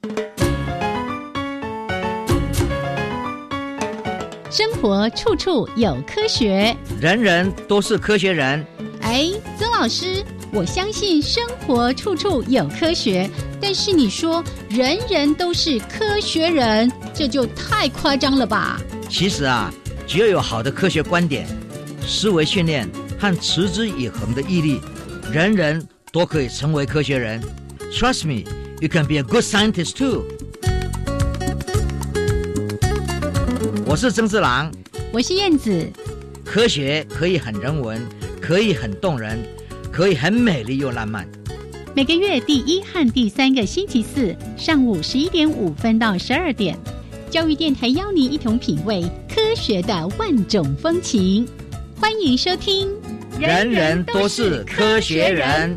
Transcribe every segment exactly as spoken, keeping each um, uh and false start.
生活处处有科学， 人人都是科学人。 哎，曾老师，我相信生活处处有科学，但是你说人人都是科学人，这就太夸张了吧？ 其实啊，只要有好的科学观点、思维训练和持之以恒的毅力，人人都可以成为科学人。Trust me, you can be a good scientist too. 我是曾志郎， 我是燕子。 科学可以很人文，可以很动人，可以很美丽又浪漫。 每个月第一和第三个星期四上午十一点五分到十二点，教育电台邀您一同品味科学的万种风情。欢迎收听， 人人都是科学人。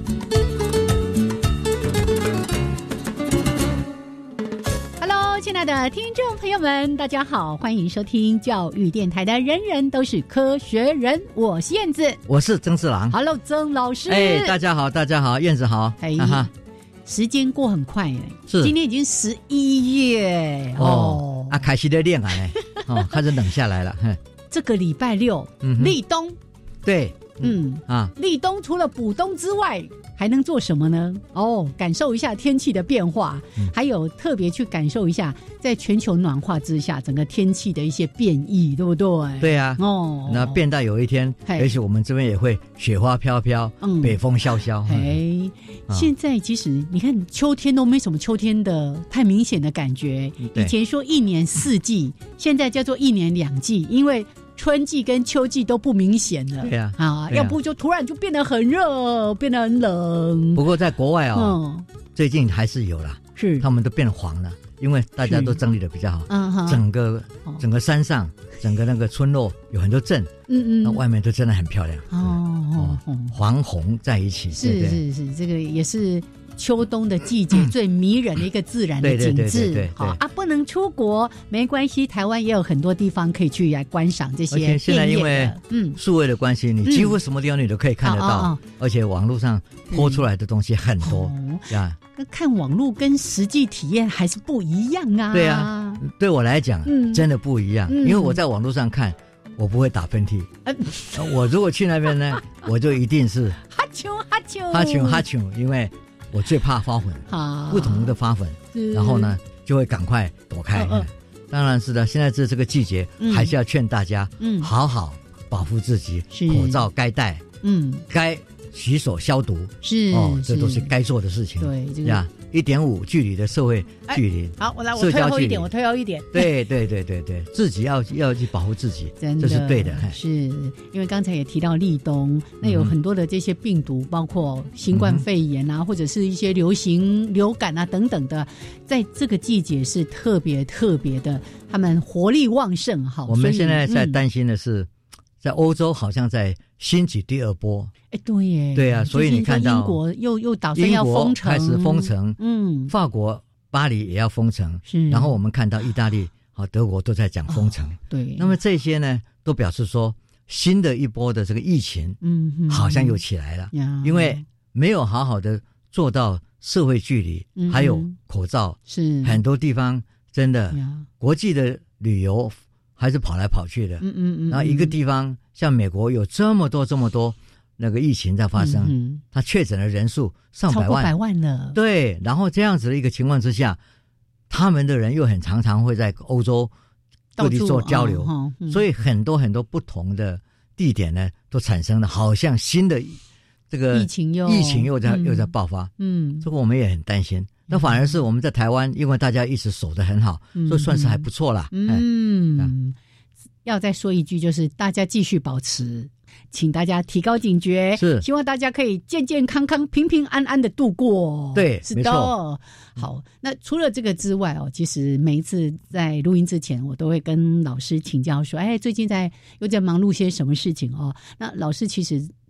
亲爱的听众朋友们，大家好，欢迎收听教育电台的人人都是科学人，我是燕子， 我是曾志郎。 Hello 曾老师。 哎，大家好，大家好，燕子好。 哎， 哈哈， 时间过很快耶， 是今天已经十一月哦， 哦啊，开始在练啊嘞，哦，开始冷下来了。 这个礼拜六，嗯，立冬， 对， 嗯啊，立冬除了补冬之外，还能做什么呢？哦，感受一下天气的变化，嗯、还有特别去感受一下，在全球暖化之下，整个天气的一些变异，对不对？ 对啊，哦，那变到有一天，也许我们这边也会雪花飘飘，嗯、北风萧萧。哎、 嗯，现在即使你看秋天都没什么秋天的太明显的感觉，以前说一年四季，现在叫做一年两季，因为春季跟秋季都不明显了， 对啊， 啊，要不就突然就变得很热，变得很冷。 不过在国外哦，嗯、最近还是有啦， 是他们都变黄了，因为大家都整理的比较好，嗯，整个整个山上，整个那个村落有很多镇，嗯嗯，那外面都真的很漂亮，哦哦，黄红在一起， 是是是，这个也是秋冬的季节最迷人的一个自然的景致。好啊，不能出国没关系，台湾也有很多地方可以去来观赏这些变现在因为嗯数位的关系，你几乎什么地方你都可以看得到，嗯哦哦、而且网络上播出来的东西很多呀。 嗯、看网络跟实际体验还是不一样啊。 对啊，对我来讲、嗯、真的不一样、嗯，因为我在网络上看，我不会打喷嚏。嗯、我如果去那边呢，我就一定是哈啾哈啾哈啾哈啾，因为我最怕发粉，不同的发粉，然后呢就会赶快躲开。嗯嗯、当然是的，现在这这个季节、嗯，还是要劝大家，嗯，好好保护自己，口罩该戴，嗯，该洗手消毒， 是哦，这都是该做的事情。 对，这个呀，一点五距离的社会距离、 哎。好，我来，我退后一点，我退后一点。 对对对对对，自己要要去保护自己， 真的这是对的。 是因为刚才也提到立冬，那有很多的这些病毒，嗯、包括新冠肺炎啊，嗯、或者是一些流行流感啊等等的，在这个季节是特别特别的，他们活力旺盛。哈， 我们现在在担心的是，嗯、在欧洲好像在兴起第二波。 哎，对耶， 对啊，所以你看到英国又又打算要封城， 开始封城，嗯，法国巴黎也要封城，是，然后我们看到意大利、和德国都在讲封城，哦、 对， 那么这些呢，都表示说新的一波的这个疫情，嗯，好像又起来了，嗯、因为没有好好的做到社会距离，嗯、还有口罩，是很多地方真的国际的旅游还是跑来跑去的，嗯嗯嗯，然后一个地方像美国有这么多这么多。那个疫情在发生，嗯、它确诊的人数上百万， 超过百万了。 对，然后这样子的一个情况之下，他们的人又很常常会在欧洲各地做交流，哦嗯、所以很多很多不同的地点呢，都产生了好像新的这个疫情又疫情又在、嗯、又在爆发。嗯，这个我们也很担心。那反而是我们在台湾，因为大家一直守得很好，嗯、所以算是还不错啦。 嗯，嗯要再说一句，就是大家继续保持。请大家提高警觉，是希望大家可以健健康康、平平安安的度过。 对， 是的。好，那除了这个之外哦，其实每一次在录音之前，我都会跟老师请教说，哎，最近在又在忙碌些什么事情哦？那老师其实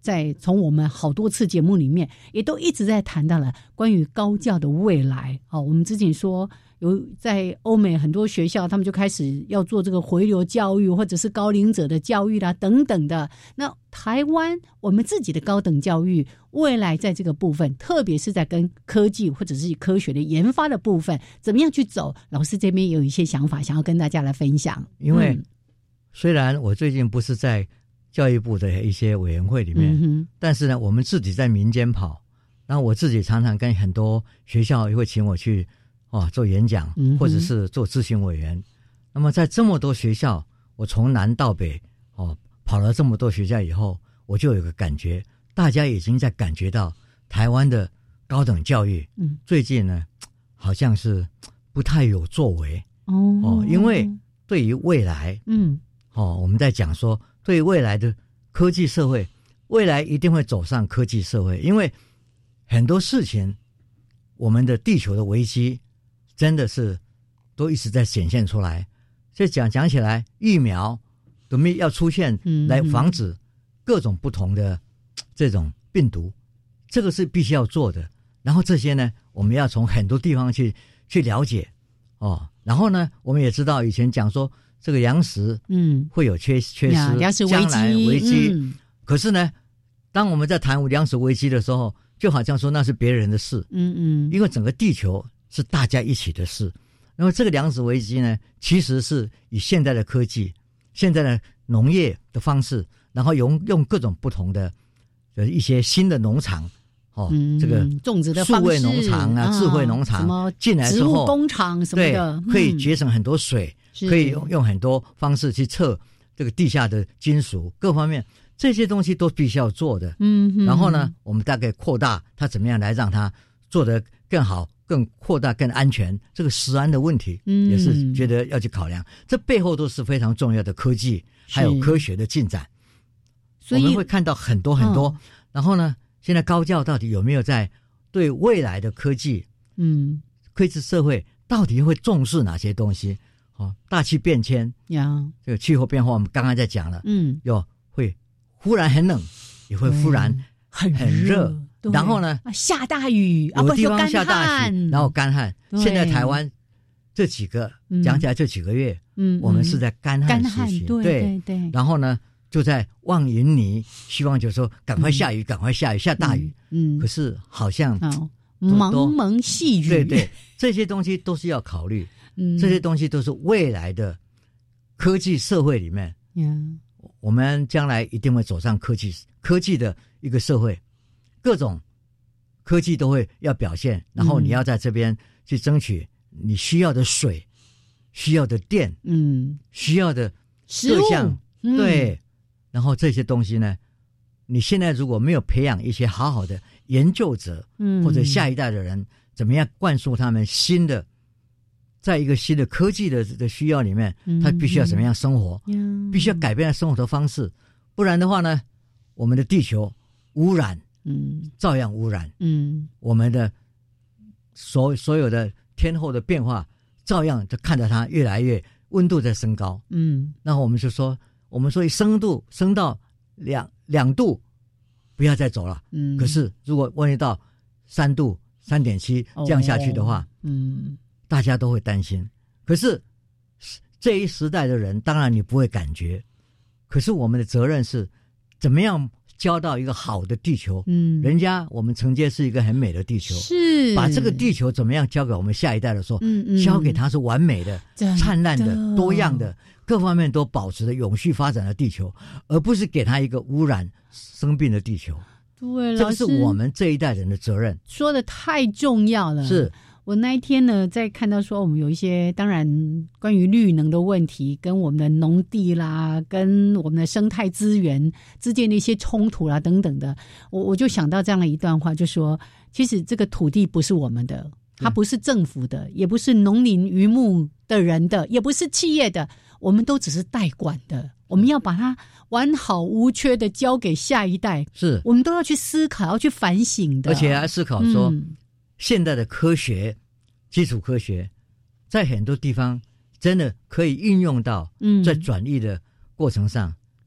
在从我们好多次节目里面，也都一直在谈到了关于高教的未来。哦，我们之前说有在欧美很多学校，他们就开始要做这个回流教育，或者是高龄者的教育啦等等的。那台湾我们自己的高等教育未来在这个部分，特别是在跟科技或者是科学的研发的部分，怎么样去走？老师这边也有一些想法想要跟大家来分享。 因为、嗯、虽然我最近不是在教育部的一些委员会里面、嗯、但是呢我们自己在民间跑，然后我自己常常跟很多学校也会请我去哦做演讲、嗯、或者是做咨询委员。那么在这么多学校，我从南到北哦跑了这么多学校以后，我就有个感觉，大家已经在感觉到台湾的高等教育、嗯、最近呢好像是不太有作为 哦, 哦因为对于未来嗯哦我们在讲说对于未来的科技社会，未来一定会走上科技社会，因为很多事情我们的地球的危机真的是都一直在显现出来。所以讲讲起来，疫苗都没要出现来防止各种不同的这种病毒，这个是必须要做的。然后这些呢我们要从很多地方去去了解哦。然后呢我们也知道以前讲说这个粮食嗯会有缺缺失， 粮食危机， 将来危机、嗯、可是呢当我们在谈粮食危机的时候，就好像说那是别人的事，嗯嗯，因为整个地球是大家一起的事。那么这个粮食危机呢，其实是以现在的科技、现在的农业的方式，然后用用各种不同的一些新的农场，哦，嗯、这个种植的方式， 数位农场啊、智慧农场进来之后， 植物工厂什么的， 对，可以节省很多水，嗯、可以用用很多方式去测这个地下的金属各方面，这些东西都必须要做的。嗯，然后呢，我们大概扩大它怎么样来让它做得更好。更扩大更安全，这个食安的问题也是觉得要去考量、嗯、这背后都是非常重要的科技还有科学的进展，所以我们会看到很多很多、哦、然后呢现在高教到底有没有在对未来的科技嗯，科技社会到底会重视哪些东西、哦、大气变迁呀，这个气候变化我们刚刚在讲了，嗯，有会忽然很冷，也会忽然很很热，然后呢下大雨， 有地方下大雨，然后干旱。现在台湾这几个、嗯、讲起来这几个月嗯，我们是在干旱时期， 对对对， 然后呢就在望云霓，希望就是说赶快下雨、嗯、赶快下雨下大雨，嗯，可是好像蒙蒙细雨， 对对，这些东西都是要考虑，嗯，这些东西都是未来的科技社会里面，嗯，我们将来一定会走上科技科技的一个社会，各种科技都会要表现，然后你要在这边去争取你需要的水、嗯、需要的电，嗯，需要的各项、嗯、对，然后这些东西呢，你现在如果没有培养一些好好的研究者，嗯，或者下一代的人，怎么样灌输他们新的，在一个新的科技的的需要里面，他必须要怎么样生活，嗯，必须要改变生活的方式，不然的话呢，我们的地球污染。嗯，照样污染。嗯，我们的所所有的天候的变化，照样就看着它越来越温度在升高。嗯，然后我们就说，我们所以升度升到两两度，不要再走了。嗯，可是如果万一到三度、三点七降下去的话，哦、嗯，大家都会担心。可是这一时代的人，当然你不会感觉，可是我们的责任是怎么样？交到一个好的地球，嗯，人家我们承接是一个很美的地球，是把这个地球怎么样交给我们下一代的时候，嗯嗯，交给它是完美的、灿烂的、多样的，各方面都保持着永续发展的地球，而不是给它一个污染、生病的地球。 对， 这个是我们这一代人的责任。 说的太重要了，是。我那一天呢，在看到说我们有一些当然关于绿能的问题，跟我们的农地啦，跟我们的生态资源之间的一些冲突啦等等的，我我就想到这样的一段话，就说其实这个土地不是我们的，它不是政府的，也不是农林渔牧的人的，也不是企业的，我们都只是代管的，我们要把它完好无缺的交给下一代，是我们都要去思考，要去反省的， 而且还思考说、嗯现代的科学基础科学在很多地方真的可以运用到在转移的过程上、嗯、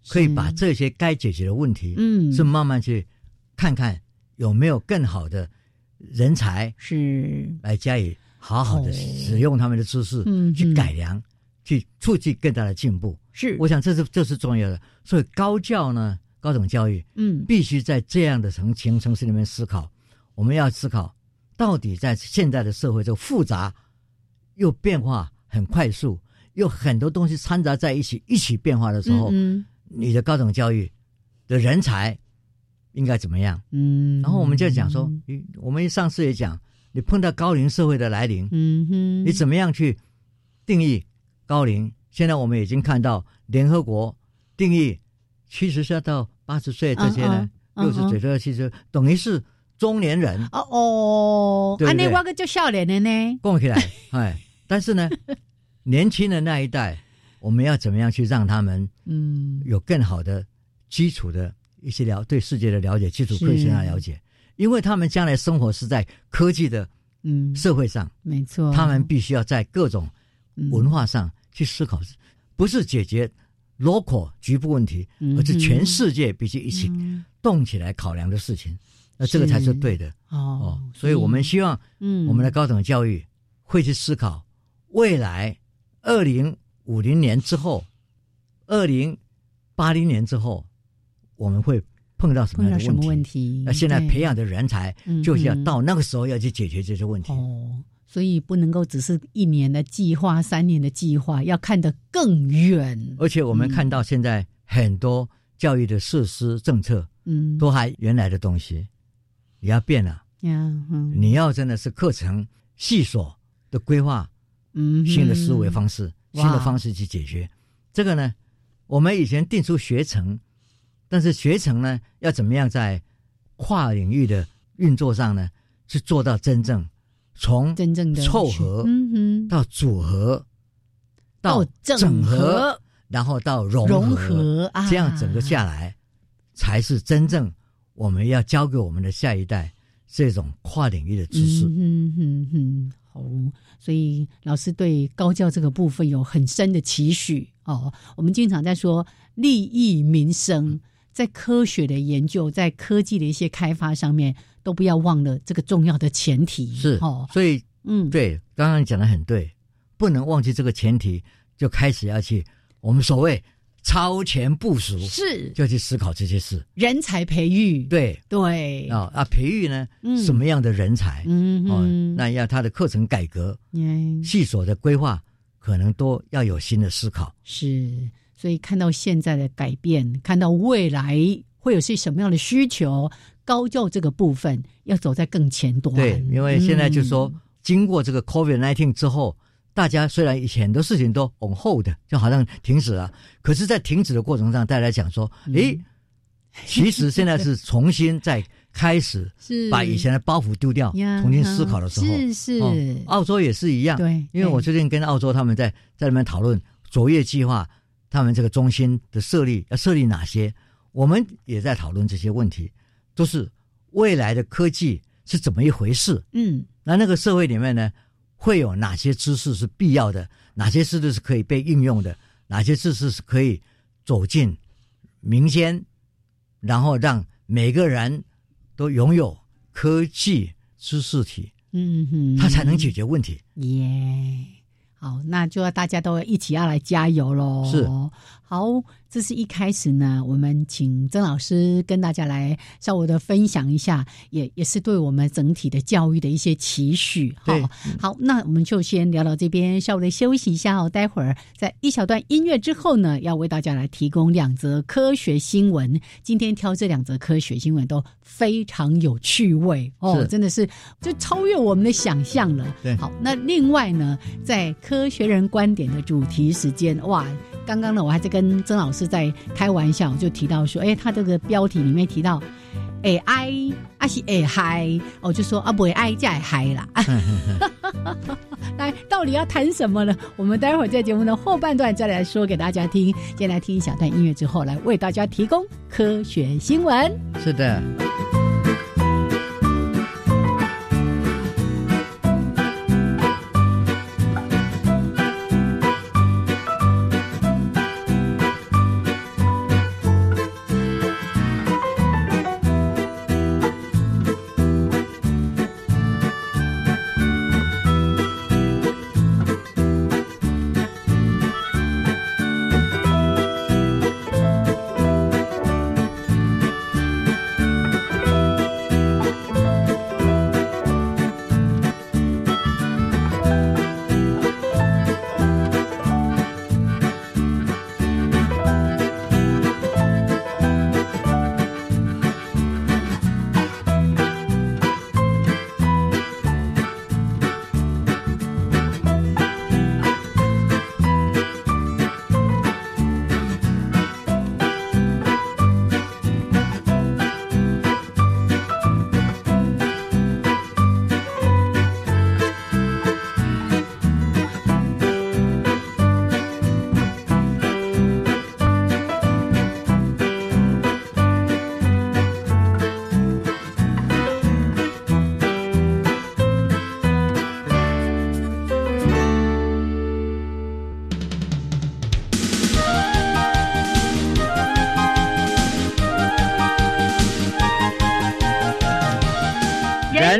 可以把这些该解决的问题，嗯，是慢慢去看看有没有更好的人才是来加以好好的使用他们的知识，嗯，去改良，去促进更大的进步。是，我想这是这是重要的。所以高教呢，高等教育，嗯，必须在这样的层情城市里面思考。我们要思考，到底在现在的社会，这个复杂又变化很快速，又很多东西掺杂在一起，一起变化的时候，嗯嗯，你的高等教育的人才应该怎么样？嗯，然后我们就讲说，嗯、我们上次也讲，你碰到高龄社会的来临，嗯哼，你怎么样去定义高龄？现在我们已经看到联合国定义七十岁到八十岁这些呢，六十岁到七十，等于是中年人。哦哦， 安尼我个就少年的呢。 讲起来，哎，但是呢，年轻的那一代，我们要怎么样去让他们嗯有更好的基础的一些了对世界的了解，基础科学上的了解，因为他们将来生活是在科技的嗯社会上，没错，他们必须要在各种文化上去思考，不是解决 local 局部问题，而是全世界必须一起动起来考量的事情，那这个才是对的哦。哦，所以我们希望，嗯，我们的高等教育会去思考未来二零五零年之后，二零八零年之后，我们会碰到什么样的问题？问题那现在培养的人才，就是要到那个时候要去解决这些问题。 哦，所以不能够只是一年的计划、三年的计划，要看得更远。 而且我们看到现在很多教育的设施政策，嗯，都还原来的东西，也要变了。嗯嗯，你要真的是课程细琐的规划，嗯，新的思维方式、新的方式去解决。这个呢，我们以前定出学程，但是学程呢，要怎么样在跨领域的运作上呢，去做到真正从真正的凑合到组合到整合，然后到融合，融合啊，这样整个下来，才是真正我们要教给我们的下一代这种跨领域的知识。嗯嗯嗯，好，所以老师对高教这个部分有很深的期许哦。我们经常在说利益民生，在科学的研究，在科技的一些开发上面，都不要忘了这个重要的前提。 是哦，所以嗯，对，刚刚讲得很对，不能忘记这个前提，就开始要去我们所谓超前部署，是就去思考这些事， 人才培育， 对对啊、哦、啊，培育呢、嗯、什么样的人才，嗯哦，那要他的课程改革，嗯，细琐的规划，可能都要有新的思考。 是，所以看到现在的改变，看到未来会有些什么样的需求，高教这个部分要走在更前端。 对，因为现在就是说、嗯、经过这个 COVID 十九 之后，大家虽然以前很多事情都 on hold 的，就好像停止了，可是在停止的过程上，大家讲说，诶、嗯、其实现在是重新再开始把以前的包袱丢掉，重新思考的时候，是是、哦、澳洲也是一样。对，因为我最近跟澳洲他们在在那边讨论卓越计划，他们这个中心的设立要设立哪些，我们也在讨论这些问题，都是未来的科技是怎么一回事。嗯，那那个社会里面呢，会有哪些知识是必要的，哪些知识是可以被应用的，哪些知识是可以走进民间，然后让每个人都拥有科技知识体，嗯哼，他才能解决问题。 耶、yeah 好，那就要大家都一起要来加油咯。是，好，这是一开始呢，我们请曾老师跟大家来稍微的分享一下，也也是对我们整体的教育的一些期许。 对， 好，那我们就先聊到这边，稍微的休息一下哦。待会儿在一小段音乐之后呢，要为大家来提供两则科学新闻。今天挑这两则科学新闻都非常有趣味哦，真的是就超越我们的想象了。对，好，那另外呢，在科学人观点的主题时间，哇，刚刚呢我还在跟曾老师在开玩笑，就提到说，哎，他这个标题里面提到 A I 啊是 A I， 哦，就说啊不 A I 才会嗨啦。来，到底要谈什么呢？我们待会儿在节目的后半段再来说给大家听。先来听一小段音乐之后，来为大家提供科学新闻。 是的。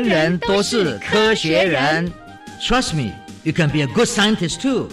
人人都是科学人。Trust me, you can be a good scientist too.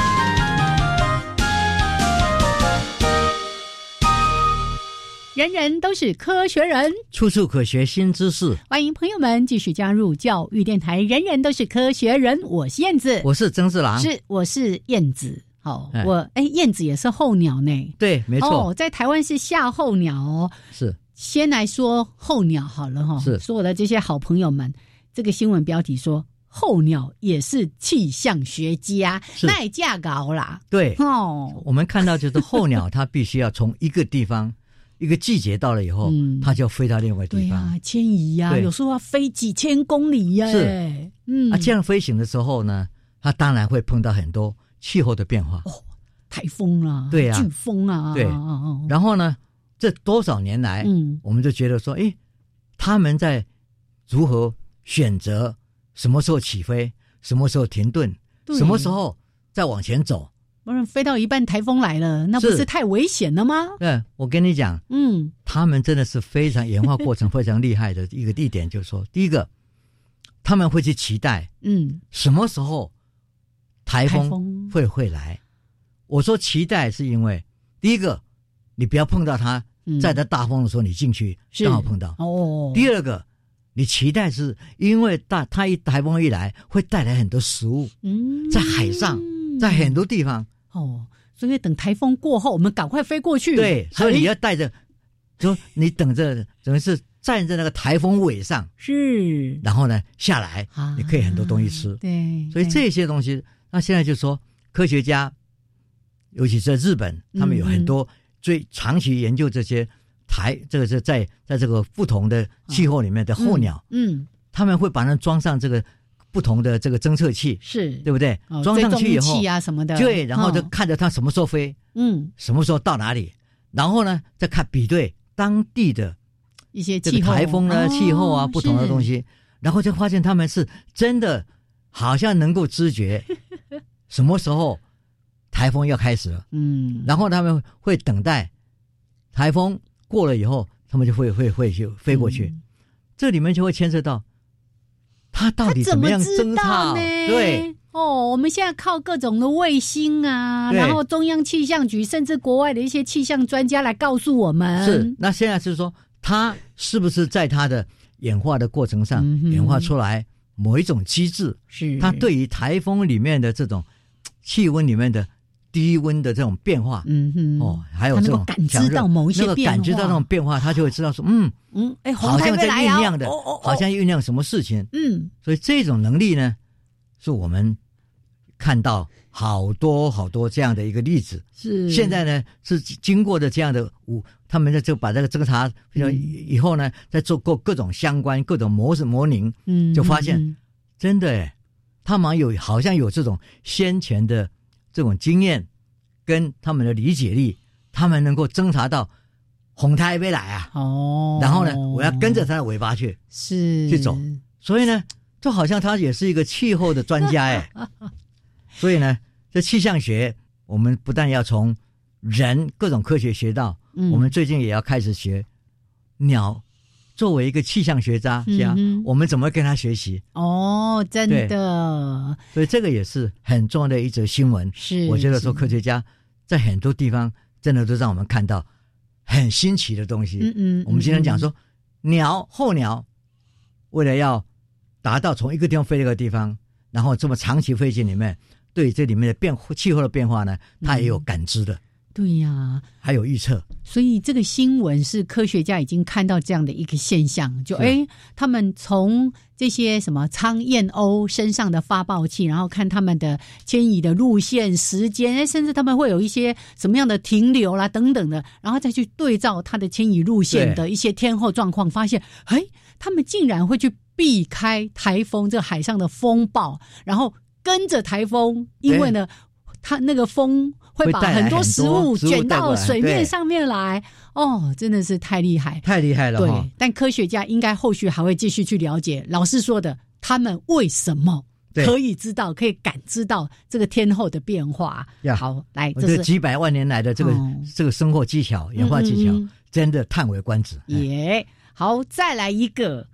人人都是科学人， 处处可学新知识。 欢迎朋友们继续加入教育电台，人人都是科学人。我是燕子， 我是曾志郎， 是我是燕子。哦，我哎，燕子也是候鸟呢。 对，没错。 哦，在台湾是夏候鸟哦。 是。 先来说候鸟好了哈、哦。是。说我的这些好朋友们，这个新闻标题说候鸟也是气象学家，那也架高啦。 对。哦，我们看到就是候鸟，它必须要从一个地方。一个季节到了以后，嗯、它就要飞到另外地方。 对啊，迁移呀、啊，有时候要飞几千公里呀、啊。 是，嗯，啊，这样飞行的时候呢，它当然会碰到很多气候的变化。 哦，台风啊， 对啊， 飓风啊， 对。然后呢，这多少年来，嗯，我们就觉得说，哎，他们在如何选择什么时候起飞，什么时候停顿，什么时候再往前走。 不然飞到一半台风来了，那不是太危险了吗？ 对，我跟你讲，嗯，他们真的是非常演化过程非常厉害的一个地点，就是说，第一个，他们会去期待，嗯，什么时候台风会会来。我说期待是因为，第一个，你不要碰到它，嗯、在它大风的时候你进去刚好碰到。哦。第二个，你期待是因为大它一台风一来，会带来很多食物，嗯，在海上，在很多地方。 哦，所以等台风过后，我们赶快飞过去。 对，所以你要带着，就你等着，等于是站在那个台风尾上， 是， 然后呢下来，啊、你可以很多东西吃。 对， 所以这些东西，那现在就说科学家，尤其是在日本，他们有很多最长期研究这些台，嗯、这个是在在这个不同的气候里面的候鸟，嗯，嗯他们会把它装上这个。不同的这个侦测器是对不对？哦、装上去以后啊什么的， 对，然后就看着它什么时候飞，嗯，什么时候到哪里，然后呢再看比对当地的一些气候、 台风呢、哦、气候啊不同的东西，然后就发现他们是真的好像能够知觉什么时候台风要开始了，嗯，然后他们会等待台风过了以后，他们就会会会就飞过去，嗯、这里面就会牵涉到。他到底怎么样侦察？对哦，我们现在靠各种的卫星啊，然后中央气象局甚至国外的一些气象专家来告诉我们。 是，那现在是说，他是不是在他的演化的过程上、嗯、演化出来某一种机制？是，他对于台风里面的这种气温里面的低温的这种变化，嗯哼，哦，还有这种感知到某一些变化， 那个感知到那种变化，他就会知道说，嗯嗯，哎，好像在酝酿的，哦哦哦好像酝酿什么事情，嗯，所以这种能力呢，是我们看到好多好多这样的一个例子。是，现在呢是经过的这样的五，他们就把这个侦查，嗯、以后呢，再做过各种相关各种模式模拟，嗯，就发现、嗯、真的哎，他们有好像有这种先前的。这种经验跟他们的理解力，他们能够侦察到红台没来啊，哦，然后呢，我要跟着他的尾巴去是去走，所以呢，就好像他也是一个气候的专家哎，所以呢，这气象学我们不但要从人各种科学学到，嗯、我们最近也要开始学鸟。作为一个气象学家，嗯、我们怎么跟他学习？ 哦，真的， 所以这个也是很重要的一则新闻。是，我觉得说科学家在很多地方真的都让我们看到很新奇的东西。嗯嗯，我们今天讲说，嗯、鸟候鸟为了要达到从一个地方飞到一个地方，然后这么长期飞行里面，对这里面的变气候的变化呢，它也有感知的。嗯对呀、啊， 还有预测， 所以这个新闻是科学家已经看到这样的一个现象，就哎，他们从这些什么苍燕鸥身上的发报器，然后看他们的迁移的路线、时间，甚至他们会有一些什么样的停留啦等等的，然后再去对照它的迁移路线的一些天候状况，发现哎，他们竟然会去避开台风这个海上的风暴，然后跟着台风，因为呢，它那个风。会把很多食物卷到水面上面来，哦，真的是太厉害， 太厉害了。对， 但科学家应该后续还会继续去了解。老师说的，他们为什么可以知道、可以感知到这个天候的变化？好，来， 这是几百万年来的这个、哦、这个生活技巧、演化技巧，嗯嗯嗯真的叹为观止。 耶，好，再来一个。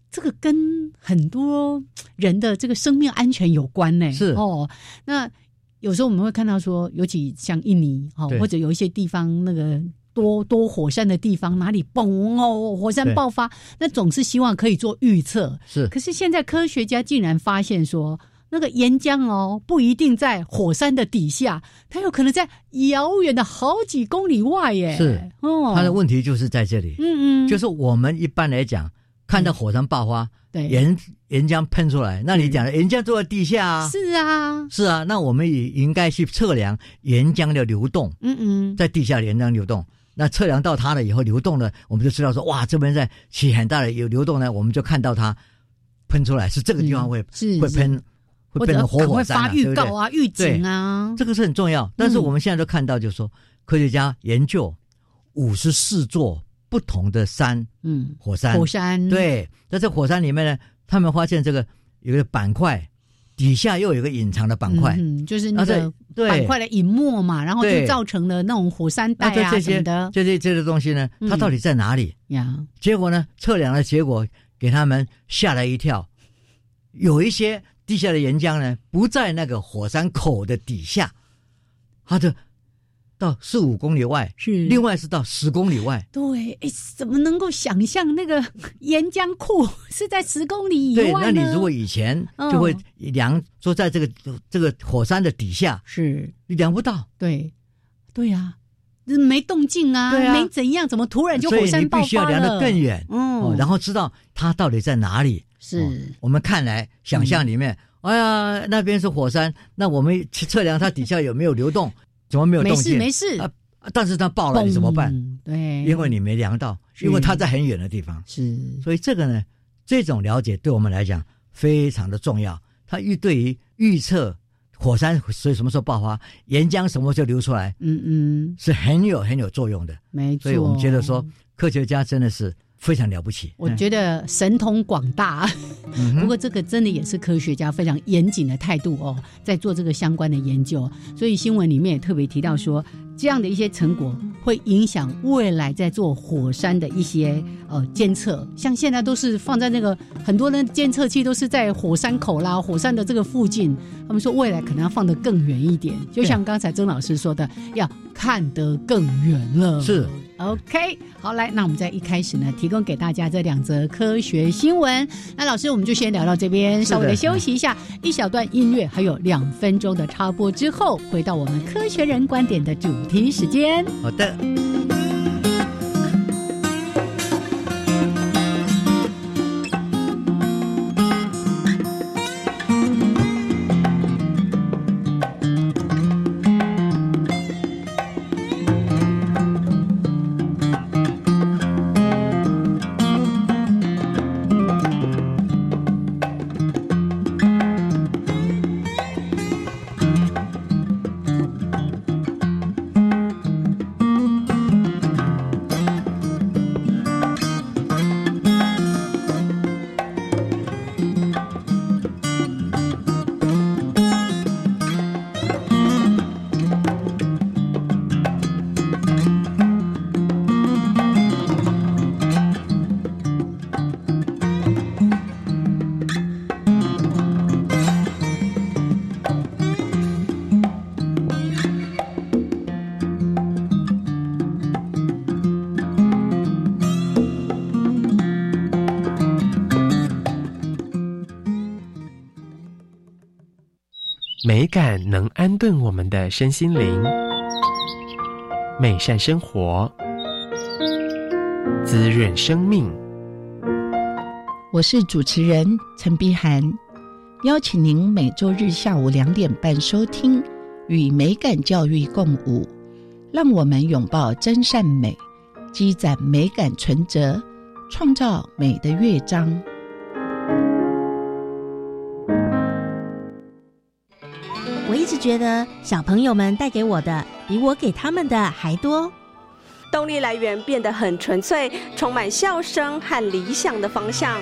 这个跟很多人的这个生命安全有关呢。 是哦，那有时候我们会看到说，尤其像印尼哦，或者有一些地方那个多多火山的地方，哪里嘣哦，火山爆发，那总是希望可以做预测。 是， 可是现在科学家竟然发现说，那个岩浆哦，不一定在火山的底下，它有可能在遥远的好几公里外耶。 是，哦，它的问题就是在这里。 嗯嗯， 就是我们一般来讲，看到火山爆发，对，岩岩浆喷出来，那你讲的岩浆都在地下啊。 是啊， 是啊，那我们也应该去测量岩浆的流动。 嗯嗯， 在地下岩浆流动。那测量到它了以后流动了，我们就知道说，哇，这边在起很大的有流动呢，我们就看到它喷出来是这个地方会、嗯、会喷，会变成活火山、啊， 会发预告啊、预警啊， 这个是很重要。但是我们现在都看到，就是说、嗯、科学家研究五十四座不同的山，嗯，火山， 火山， 对，在这火山里面呢，他们发现这个有一个板块。底下又有一个隐藏的板块、 嗯，就是那个板块的隐没嘛，然后就造成了那种火山带啊什么的。 这些这些东西呢，它到底在哪里呀、嗯？结果呢，测量的结果给他们吓了一跳，有一些地下的岩浆呢，不在那个火山口的底下，它的到四五公里外， 是另外是到十公里外。 对，哎，怎么能够想象那个岩浆库是在十公里以外呢？ 对，那你如果以前就会量说在这个、嗯、这个火山的底下， 是你量不到。 对，对呀、啊，没动静啊， 对啊， 没怎样，怎么突然就火山爆发了？ 所以你必须要量得更远，嗯、哦，然后知道它到底在哪里。 是、哦、 我们看来想象里面、嗯，哎呀，那边是火山，那我们去测量它底下有没有流动。怎么没有动静？ 没事没事、 啊、但是它爆了你怎么办？ 对， 因为你没量到，因为它在很远的地方。 是， 所以这个呢，这种了解对我们来讲非常的重要。它预对于预测火山所以什么时候爆发，岩浆什么时候流出来， 嗯嗯， 是很有很有作用的。 没错， 所以我们觉得说，科学家真的是非常了不起。 我觉得神通广大。嗯、不过这个真的也是科学家非常严谨的态度哦，在做这个相关的研究。所以新闻里面也特别提到说，这样的一些成果会影响未来在做火山的一些呃监测，像现在都是放在那个很多的监测器都是在火山口啦、火山的这个附近。他们说未来可能要放得更远一点，就像刚才曾老师说的，要看得更远了。 是 OK， 好，来，那我们在一开始呢，提供给大家这两则科学新闻。那老师，我们就先聊到这边，稍微的休息一下，一小段音乐，还有两分钟的插播之后，回到我们科学人观点的主题时间。 好的。 美感能安顿我们的身心灵，美善生活，滋润生命。 我是主持人陈碧涵，邀请您每周日下午两点半收听，与美感教育共舞，让我们拥抱真善美，积攒美感存折，创造美的乐章。 我一直觉得小朋友们带给我的比我给他们的还多， 动力来源变得很纯粹，充满笑声和理想的方向。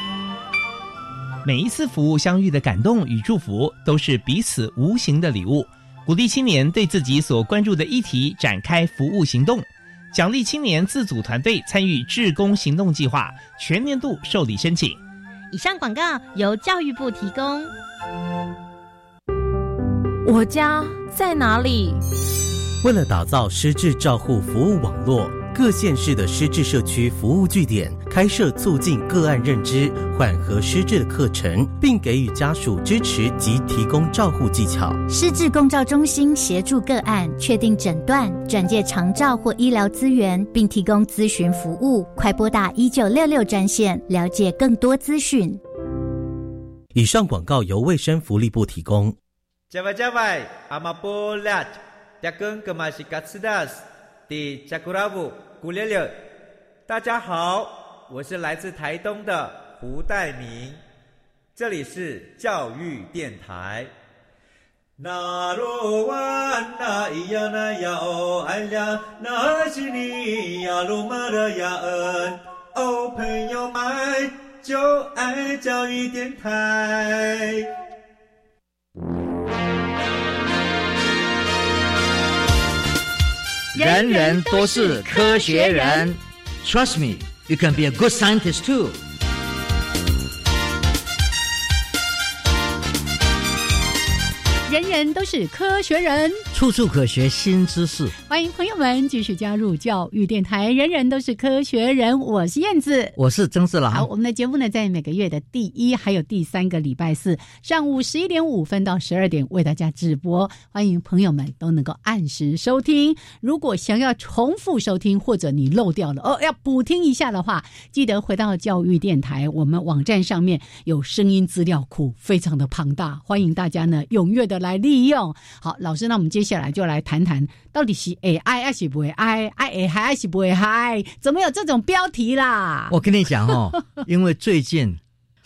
每一次服务相遇的感动与祝福，都是彼此无形的礼物，鼓励青年对自己所关注的议题展开服务行动，奖励青年自组团队参与志工行动计划，全年度受理申请， 以上广告由教育部提供。 我家在哪里？ 为了打造失智照护服务网络，各县市的失智社区服务据点开设促进个案认知、缓和失智的课程，并给予家属支持及提供照护技巧。 失智共照中心协助个案确定诊断、转介长照或医疗资源，并提供咨询服务。快拨打一九六六专线了解更多资讯。 以上广告由卫生福利部提供。 加外加外，阿玛波拉，扎根格玛西卡斯达斯，迪加古拉布古列列。大家好，我是来自台东的胡代明，这里是教育电台。那罗哇那咿呀那呀哦哎呀，那是你呀鲁玛的呀恩哦，朋友们就爱教育电台。 人人都是科学人 ，Trust me, you can be a good scientist too. 人人都是科学人， 处处可学新知识。 欢迎朋友们继续加入教育电台，人人都是科学人。我是燕子， 我是曾志郎。 好，我们的节目呢，在每个月的第一还有第三个礼拜四上午十一点五分到十二点为大家直播，欢迎朋友们都能够按时收听。如果想要重复收听，或者你漏掉了哦，要补听一下的话，记得回到教育电台，我们网站上面有声音资料库，非常的庞大，欢迎大家呢踊跃的来利用。好，老师，那我们接下来就来谈谈，到底是 A I 还是不会 I I A 还是不会 I？ 怎么有这种标题啦？ 我跟你讲哦，因为最近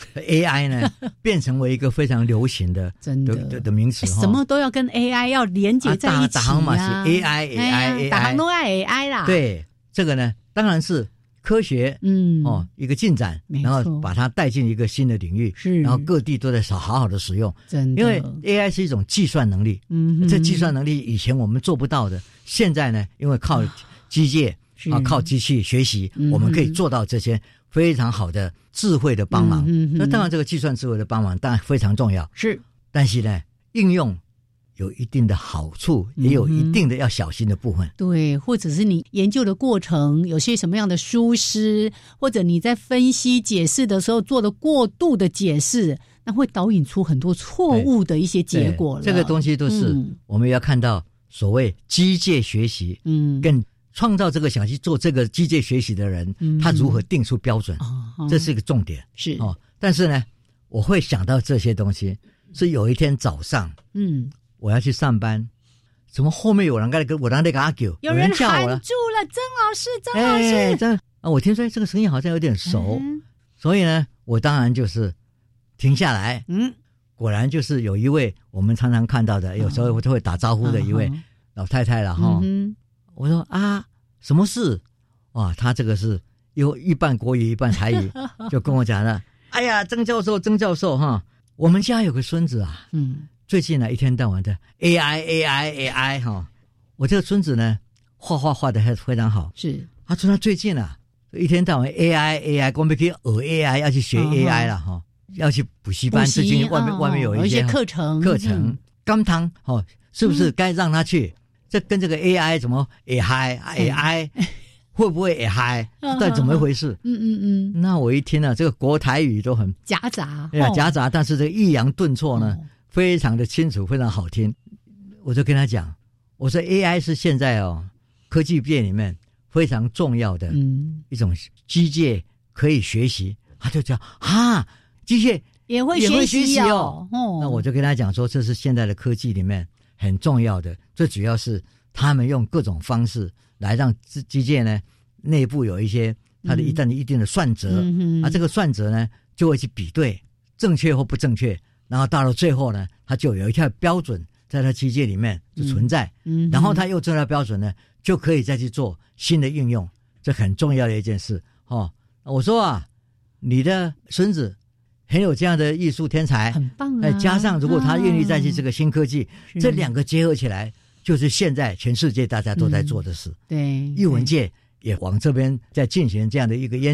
A I 呢变成为一个非常流行的真的 的, 的名词、哦， 什么都要跟 A I 要连结在一起啊。 打行嘛是 A I A I A I， 打行都爱 A I 啦。 对，这个呢当然是科学，嗯，哦，一个进展，然后把它带进一个新的领域，是，然后各地都在好好的使用，真的，因为 A I 是一种计算能力，嗯，这计算能力以前我们做不到的，现在呢，因为靠机械啊，靠机器学习，我们可以做到这些非常好的智慧的帮忙。那当然，这个计算智慧的帮忙当然非常重要，是，但是呢，应用有一定的好处，也有一定的要小心的部分、嗯、 对，或者是你研究的过程有些什么样的疏失，或者你在分析解释的时候做的过度的解释，那会导引出很多错误的一些结果了。 这个东西都是我们要看到所谓机械学习，嗯，跟创造这个想去做这个机械学习的人、嗯、他如何定出标准、哦、这是一个重点，是哦。但是呢我会想到这些东西是有一天早上，嗯，我要去上班，怎么后面有人跟我在那个阿九， 有人喊住了，曾老师，曾老师， 哎、这啊，我听说这个声音好像有点熟、嗯，所以呢，我当然就是停下来，嗯，果然就是有一位我们常常看到的，有时候都会打招呼的一位老太太了哈、嗯。我说啊，什么事？哇，他这个是有一半国语一半台语，就跟我讲了，哎呀，曾教授，曾教授哈，我们家有个孙子啊，嗯。最近呢，一天到晚的 A I A I A I 哈，我这个孙子呢，画画画的还非常好。是，他说他最近啊，一天到晚 A I A I， 我们可以学 A I， 要去学 A I 了哈、哦，要去补习班。最近外面、哦、外面有一些, 有一些课程课程，刚堂哦，是不是该让他去？嗯、这跟这个 A I 怎么 A I A I、嗯、会不会 A I？ 到底怎么一回事？嗯嗯嗯。那我一听啊，这个国台语都很夹杂， 对啊，夹杂，但是这个抑扬顿挫呢。哦，非常的清楚，非常好听。我就跟他讲，我说 A I 是现在哦科技界里面非常重要的一种机械可以学习。他就讲啊，机械也会学习哦。 哦，那我就跟他讲说，这是现在的科技里面很重要的。最主要是他们用各种方式来让机械呢内部有一些它的一定一定的算则，嗯、啊，这个算则呢就会去比对正确或不正确。然后到了最后呢，它就有一条标准在它机械里面就存在，嗯，然后它用这条标准呢，就可以再去做新的应用，这很重要的一件事哦。我说啊，你的孙子很有这样的艺术天才， 很棒啊！ 加上如果他愿意再去这个新科技，啊、这两个结合起来，就是现在全世界大家都在做的事。嗯、对，艺文界也往这边在进行这样的一个研究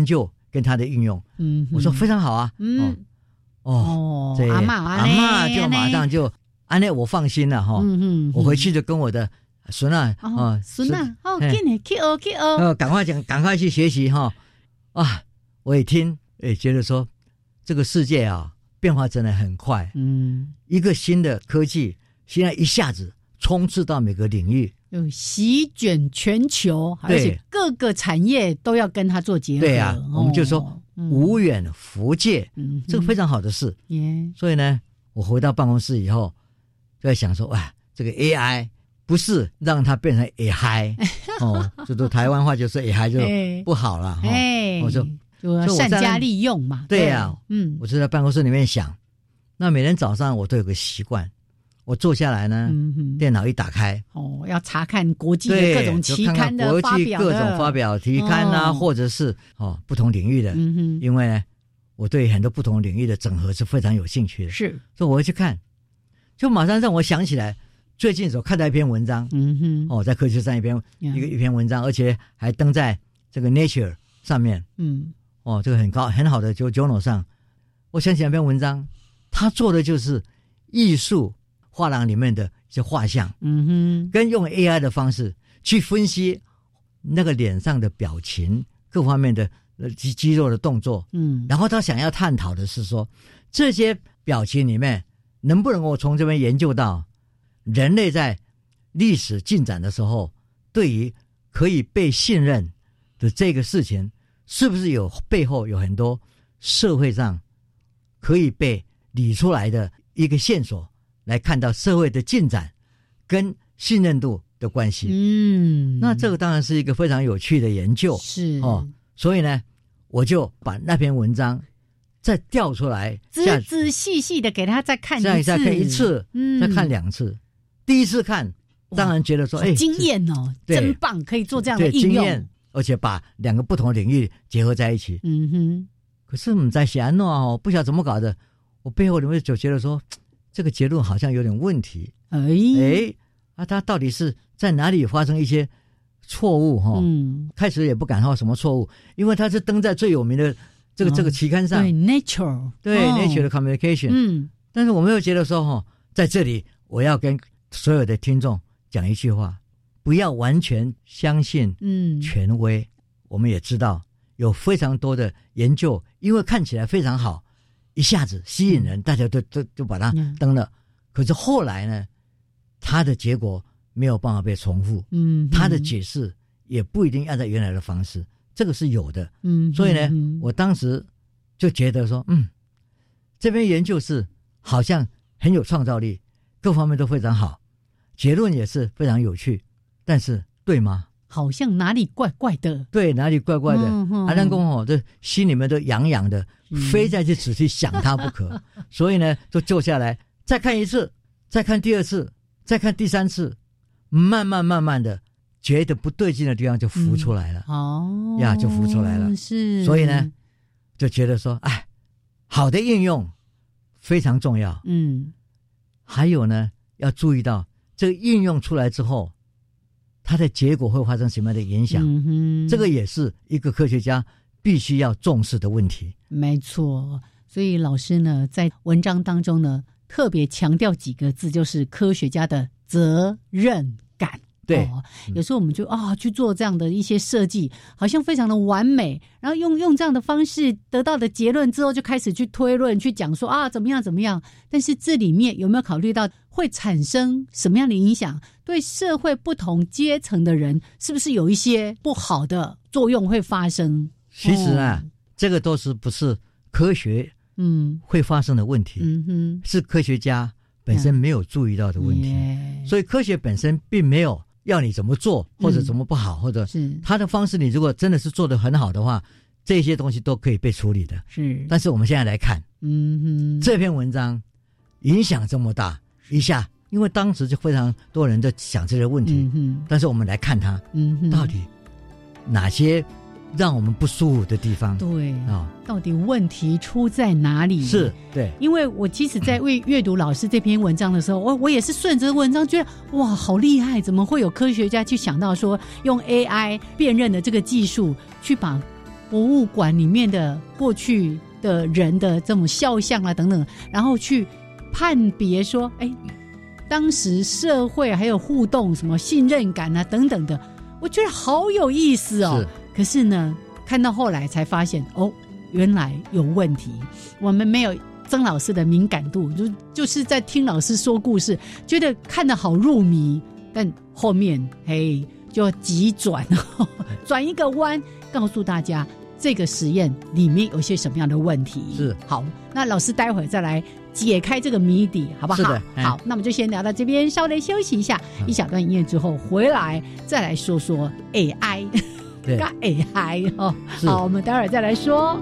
跟它的应用。嗯，我说非常好啊。嗯，哦，哦这阿嬷阿嬷就马上就安内我放心了哈。嗯嗯，我回去就跟我的孙啊啊孙啊哦，给你去学去学， 呃，赶快讲，赶快去学习哈。啊，我一听，哎，觉得说这个世界啊变化真的很快。嗯，一个新的科技现在一下子冲刺到每个领域。 有席卷全球，而且各个产业都要跟它做结合。 对啊，哦、我们就说无远弗届，嗯，这个非常好的事。嗯、所以呢，我回到办公室以后，就在想说，哇，这个 A I 不是让它变成 A I 哦，这都台湾话就是 A I 就不好了。哎、哦，我说就善加利用嘛。 对啊，嗯，我就在办公室里面想，那每天早上我都有个习惯。我坐下来呢，嗯、电脑一打开， 哦，要查看国际的各种期刊的发表的， 国际各种发表期刊啊，哦、或者是哦不同领域的，嗯哼，因为呢，我对很多不同领域的整合是非常有兴趣的， 是， 所以我会去看，就马上让我想起来最近所看到一篇文章，嗯哼，哦，在科学上一篇、嗯、一个一篇文章，而且还登在这个 Nature 上面，嗯，哦，这个很高很好的 journal 上，我想起那篇文章，他做的就是艺术。画廊里面的一些画像，嗯哼，跟用 A I 的方式去分析那个脸上的表情，各方面的肌肌肉的动作，嗯，然后他想要探讨的是说，这些表情里面能不能够从这边研究到人类在历史进展的时候，对于可以被信任的这个事情，是不是有背后有很多社会上可以被理出来的一个线索。来看到社会的进展跟信任度的关系，嗯，那这个当然是一个非常有趣的研究， 是哦，所以呢，我就把那篇文章再调出来， 仔仔细细的给他再看一次， 再看一次，嗯，再看两次。第一次看，当然觉得说，哎， 惊艳哦，真棒，可以做这样的应用， 而且把两个不同领域结合在一起，嗯哼。可是我们在写安诺哦，不晓得怎么搞的，我背后里面就觉得说。这个结论好像有点问题，哎哎，啊，他到底是在哪里发生一些错误哈？嗯，开始也不敢说什么错误，因为他是登在最有名的这个、哦、这个期刊上， 对 ，Nature， 对、哦、Nature 的 Communication， 嗯，但是我没有觉得说哈，在这里我要跟所有的听众讲一句话，不要完全相信嗯权威，嗯、我们也知道有非常多的研究，因为看起来非常好。一下子吸引人，大家都都都把它登了。嗯、可是后来呢，它的结果没有办法被重复。嗯，它的解释也不一定按照原来的方式，这个是有的。嗯，所以呢，嗯、我当时就觉得说，嗯，这篇研究是好像很有创造力，各方面都非常好，结论也是非常有趣，但是对吗？ 好像哪里怪怪的， 对，哪里怪怪的。阿南公哦，这心里面都痒痒的，嗯、非再去仔细想它不可。所以呢，就坐下来再看一次，再看第二次，再看第三次，慢慢慢慢的觉得不对劲的地方就浮出来了。嗯、哦呀，就浮出来了。 是， 所以呢，就觉得说，哎，好的应用非常重要。嗯，还有呢，要注意到这个应用出来之后。它的结果会发生什么样的影响？嗯哼，这个也是一个科学家必须要重视的问题。 没错，所以老师呢在文章当中呢特别强调几个字，就是科学家的责任感。 对、 哦，有时候我们就啊、哦、去做这样的一些设计，好像非常的完美，然后用用这样的方式得到的结论之后，就开始去推论，去讲说啊怎么样怎么样。但是这里面有没有考虑到会产生什么样的影响？对社会不同阶层的人，是不是有一些不好的作用会发生？ 其实啊，哦、这个都是不是科学嗯会发生的问题，嗯哼，是科学家本身没有注意到的问题。嗯、所以科学本身并没有。要你怎么做或者怎么不好、嗯、或者他的方式你如果真的是做得很好的话，这些东西都可以被处理的。 是， 但是我们现在来看，嗯哼，这篇文章影响这么大，一下因为当时就非常多人在想这些问题，嗯哼，但是我们来看它，嗯哼，到底哪些让我们不舒服的地方？ 对啊、哦，到底问题出在哪里？ 是对， 因为我其实在阅阅读老师这篇文章的时候，我我也是顺着文章觉得哇，好厉害！怎么会有科学家去想到说用 A I 辨认的这个技术去把博物馆里面的过去的人的这种肖像啊等等，然后去判别说，哎，当时社会还有互动什么信任感啊等等的，我觉得好有意思哦。是，可是呢，看到后来才发现，哦，原来有问题，我们没有曾老师的敏感度，就就是在听老师说故事，觉得看得好入迷，但后面嘿就急转，转一个弯，告诉大家这个实验里面有些什么样的问题。是，好，那老师待会儿再来解开这个谜底，好不好？是的，嗯、好，那我们就先聊到这边，稍微休息一下，嗯、一小段音乐之后回来再来说说 A I， 跟 A I 哦。好，我们待会儿再来说。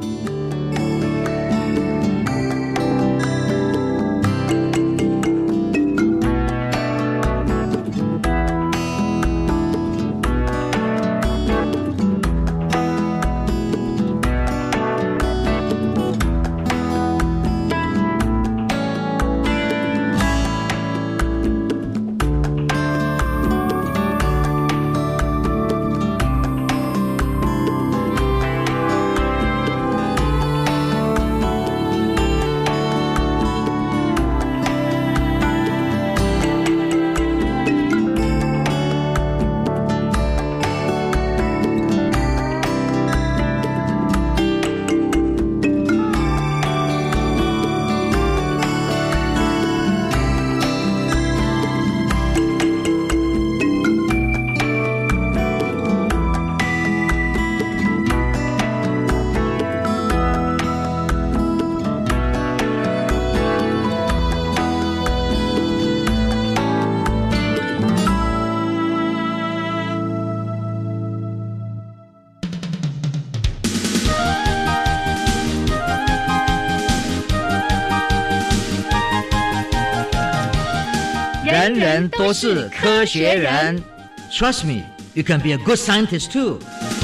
人人都是科学人 Trust me, you can be a good scientist too.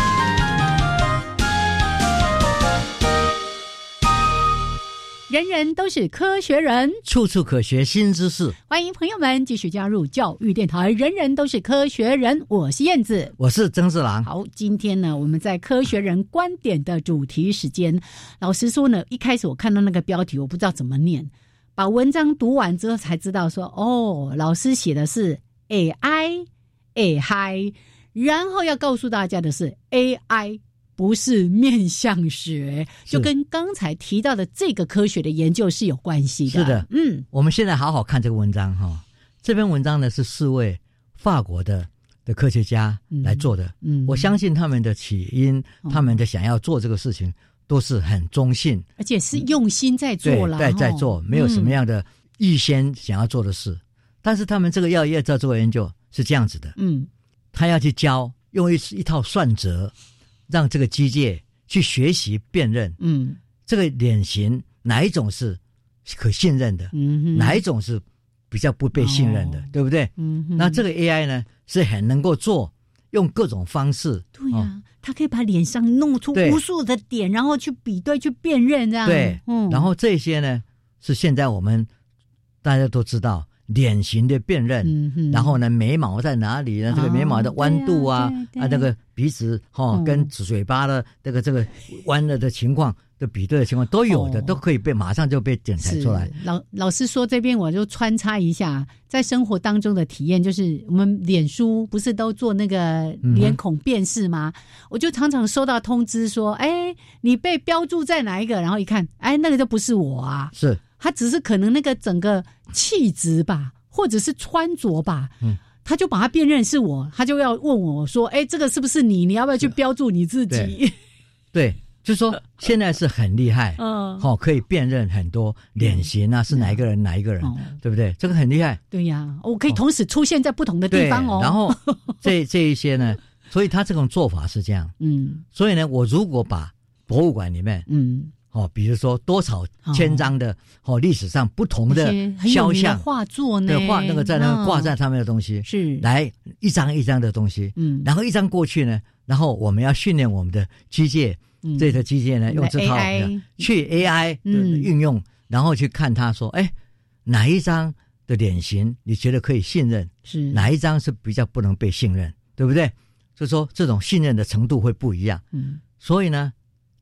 人人都是科学人， 处处可学新知识。 欢迎朋友们继续加入教育电台，人人都是科学人，我是燕子， 我是曾志郎。 好，今天呢，我们在科学人观点的主题时间。老实说呢，一开始我看到那个标题，我不知道怎么念，把文章读完之后才知道说，哦，老师写的是 A I A I， 然后要告诉大家的是 A I。不是面相学，就跟刚才提到的这个科学的研究是有关系的。 是的，嗯，我们现在好好看这个文章哈。这篇文章呢是四位法国的的科学家来做的，嗯，我相信他们的起因，嗯、他们的想要做这个事情都是很中性， 而且是用心在做了， 对，在做，没有什么样的预先想要做的事。嗯、但是他们这个要要在做研究是这样子的，嗯，他要去教用一一套算则。让这个机械去学习辨认，嗯，这个脸型哪一种是可信任的，嗯，哪一种是比较不被信任的，哦、对不对？嗯，那这个 A I 呢是很能够做，用各种方式， 对呀、啊，哦、它可以把脸上弄出无数的点，然后去比对、去辨认这样。 对，嗯，然后这些呢是现在我们大家都知道。脸型的辨认，嗯、然后呢，眉毛在哪里呢？哦、这个眉毛的弯度啊，啊，那个鼻子哈、哦嗯、跟嘴巴的这个这个弯了的情况的比对的情况都有的，哦、都可以被马上就被检查出来。 老老师说这边我就穿插一下，在生活当中的体验，就是我们脸书不是都做那个脸孔辨识吗？嗯、我就常常收到通知说，哎，你被标注在哪一个？然后一看，哎，那个就不是我啊。是。他只是可能那个整个气质吧，或者是穿着吧，嗯，他就把它辨认是我，他就要问我说：“哎，这个是不是你？你要不要去标注你自己？” 对，对，就是说现在是很厉害，嗯，好、哦，可以辨认很多脸型啊，是哪一个人、嗯、哪一个人，哦、对不对？这个很厉害。 对呀、啊，我可以同时出现在不同的地方哦。 然后这这一些呢，所以他这种做法是这样，嗯，所以呢，我如果把博物馆里面，嗯。哦，比如说多少千张的哦，历史上不同的肖像画作呢？ 对，画那个在那个挂在上面的东西，是来一张一张的东西，嗯，然后一张过去呢，然后我们要训练我们的机械，嗯、这个机械呢用这套 A I 去 A I 的运用，嗯、然后去看它说，哎，哪一张的脸型你觉得可以信任？是哪一张是比较不能被信任？对不对？所以说这种信任的程度会不一样，嗯，所以呢。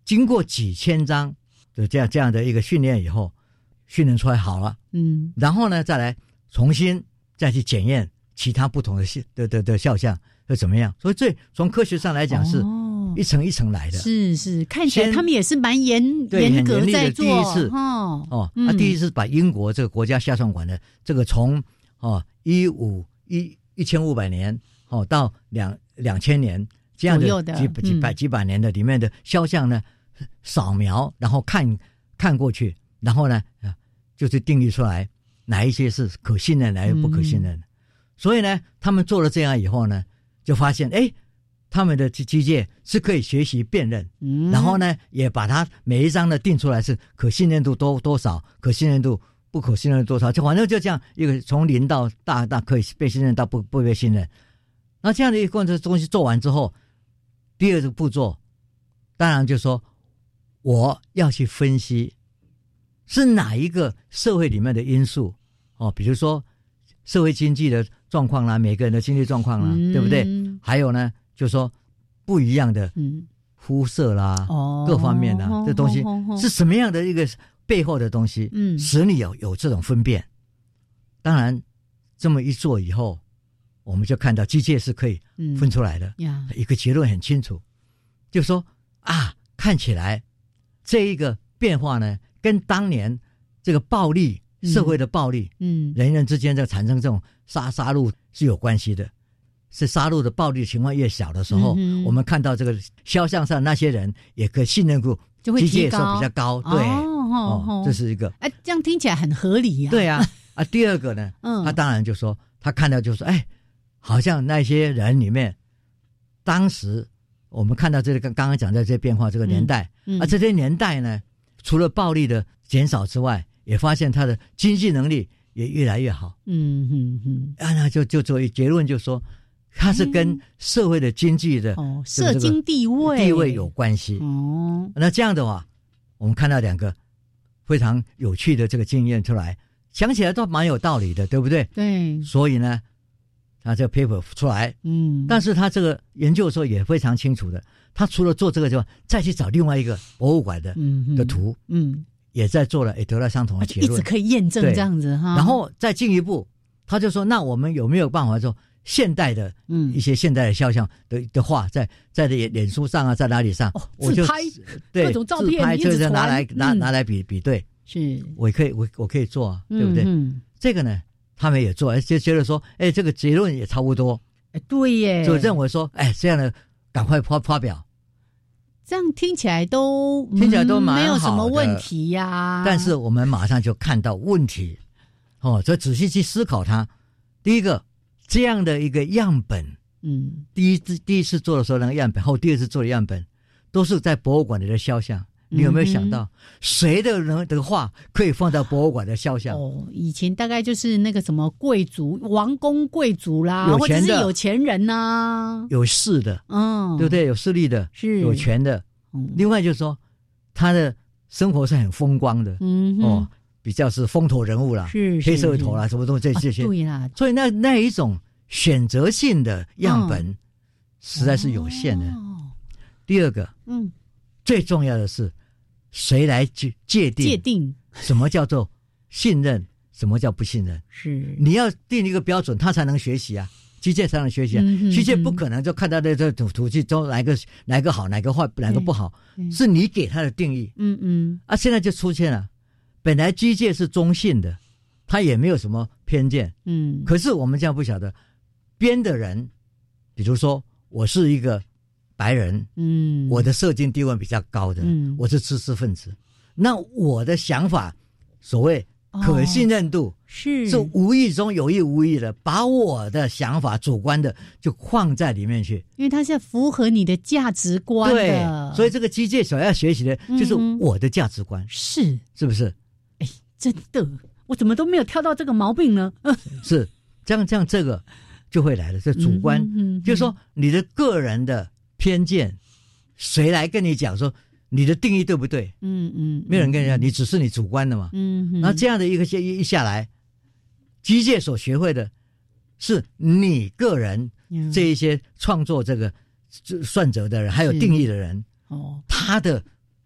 经过几千章的这样这样的一个训练以后，训练出来好了，嗯，然后呢再来重新再去检验其他不同的的的的肖像会怎么样。所以这从科学上来讲是一层一层来的。 是是，看起来他们也是蛮严严格在做。 第一次哦哦，他、嗯啊、第一次把英国这个国家肖像馆的这个从哦一五一一千五百年哦到两两千年这样的几的几百、嗯、几百年的里面的肖像呢，扫描然后看看过去，然后呢就是定义出来哪一些是可信的，哪一些不可信的、嗯。所以呢，他们做了这样以后呢，就发现哎。他们的机械是可以学习辨认、嗯，然后呢，也把它每一张呢定出来是可信任度多多少，可信任度不可信任度多少，就反正就这样一个从零到大大可以被信任到不不被信任。那这样的一个过程东西做完之后，第二个步骤，当然就是说我要去分析是哪一个社会里面的因素哦，比如说社会经济的状况啦，每个人的经济状况啦、嗯，对不对？还有呢。就是说不一样的肤色啦、嗯、各方面啦、哦、这东西是什么样的一个背后的东西、嗯、使你有有这种分辨。当然这么一做以后，我们就看到机械是可以分出来的、嗯、一个结论很清楚，就是说啊，看起来这一个变化呢跟当年这个暴力、嗯、社会的暴力、嗯、人人之间在产生这种杀杀戮是有关系的。是杀戮的暴力情况越小的时候、嗯、我们看到这个肖像上那些人也可以信任度就会提高， 机械的时候比较高，对，哦哦哦、这是一个。 哎，这样听起来很合理呀、啊。 对啊，啊，第二个呢，嗯，他当然就说他看到就说，哎，好像那些人里面，当时我们看到这个刚刚讲的这些变化，这个年代，嗯嗯、啊，这些年代呢，除了暴力的减少之外，也发现他的经济能力也越来越好。嗯嗯嗯，啊，那就就作为结论就说。它是跟社会的经济的、 哦、社经地位地位有关系哦。那这样的话，我们看到两个非常有趣的这个经验出来，想起来都蛮有道理的，对不对？ 对。所以呢，他这个 paper 出来，嗯，但是他这个研究的时候也非常清楚的，他除了做这个之外，再去找另外一个博物馆的嗯的图，嗯，也在做了，也得了相同的结论， 一直可以验证这样子哈。 然后再进一步，他就说，那我们有没有办法说？现代的，嗯，一些现代的肖像的的画，在在脸脸书上啊，在哪里上， 哦、我就自拍对各种照片， 自拍就是拿来拿、嗯、拿来比比对， 是， 我可以我我可以做啊，对不对？嗯，这个呢，他们也做，而且觉得说，哎，这个结论也差不多， 哎，对耶， 就认为说，哎，这样的赶快发发表， 这样听起来都听起来都蛮好的、 嗯、没有什么问题呀、啊。 但是我们马上就看到问题，哦，所以仔细去思考它，第一个。这样的一个样本，嗯，第一次第一次做的时候那个样本，后第二次做的样本，都是在博物馆里的肖像。你有没有想到，谁的人的画可以放到博物馆的肖像？ 哦，以前大概就是那个什么贵族、王公贵族啦，或者是有钱人呐、啊， 有势的，嗯，对不对？有势力的，是有权的。嗯、另外就是说，他的生活是很风光的，嗯哦。比较是风头人物啦，是黑社会头啦，什么东西这这些，对啦。所以那那一种选择性的样本，嗯、实在是有限的。哦、第二个，嗯，最重要的是谁来界界定界定什么叫做信任，什么叫不信任？是你要定一个标准，他才能学习啊，机械才能学习啊。嗯、机械不可能就看到这这土土气中哪个哪个好，哪个坏，哪个不好，是你给他的定义。嗯嗯，啊，现在就出现了。本来机械是中性的，它也没有什么偏见，嗯。可是我们这样不晓得，编的人，比如说我是一个白人，嗯，我的社经地位比较高的，嗯，我是知识分子，那我的想法，所谓可信任度、哦、是是无意中有意无意的把我的想法主观的就放在里面去， 因为它是符合你的价值观的， 对，所以这个机械所要学习的就是我的价值观，嗯、是是不是？ 真的，我怎么都没有挑到这个毛病呢？ 是这样，这样这个就会来了。这主观，嗯嗯、就是说你的个人的偏见，谁来跟你讲说你的定义对不对？嗯嗯，没有人跟你讲，你只是你主观的嘛。嗯，那这样的一个一下来，机械所学会的是你个人这一些创作这个算则的人，还有定义的人，哦，他的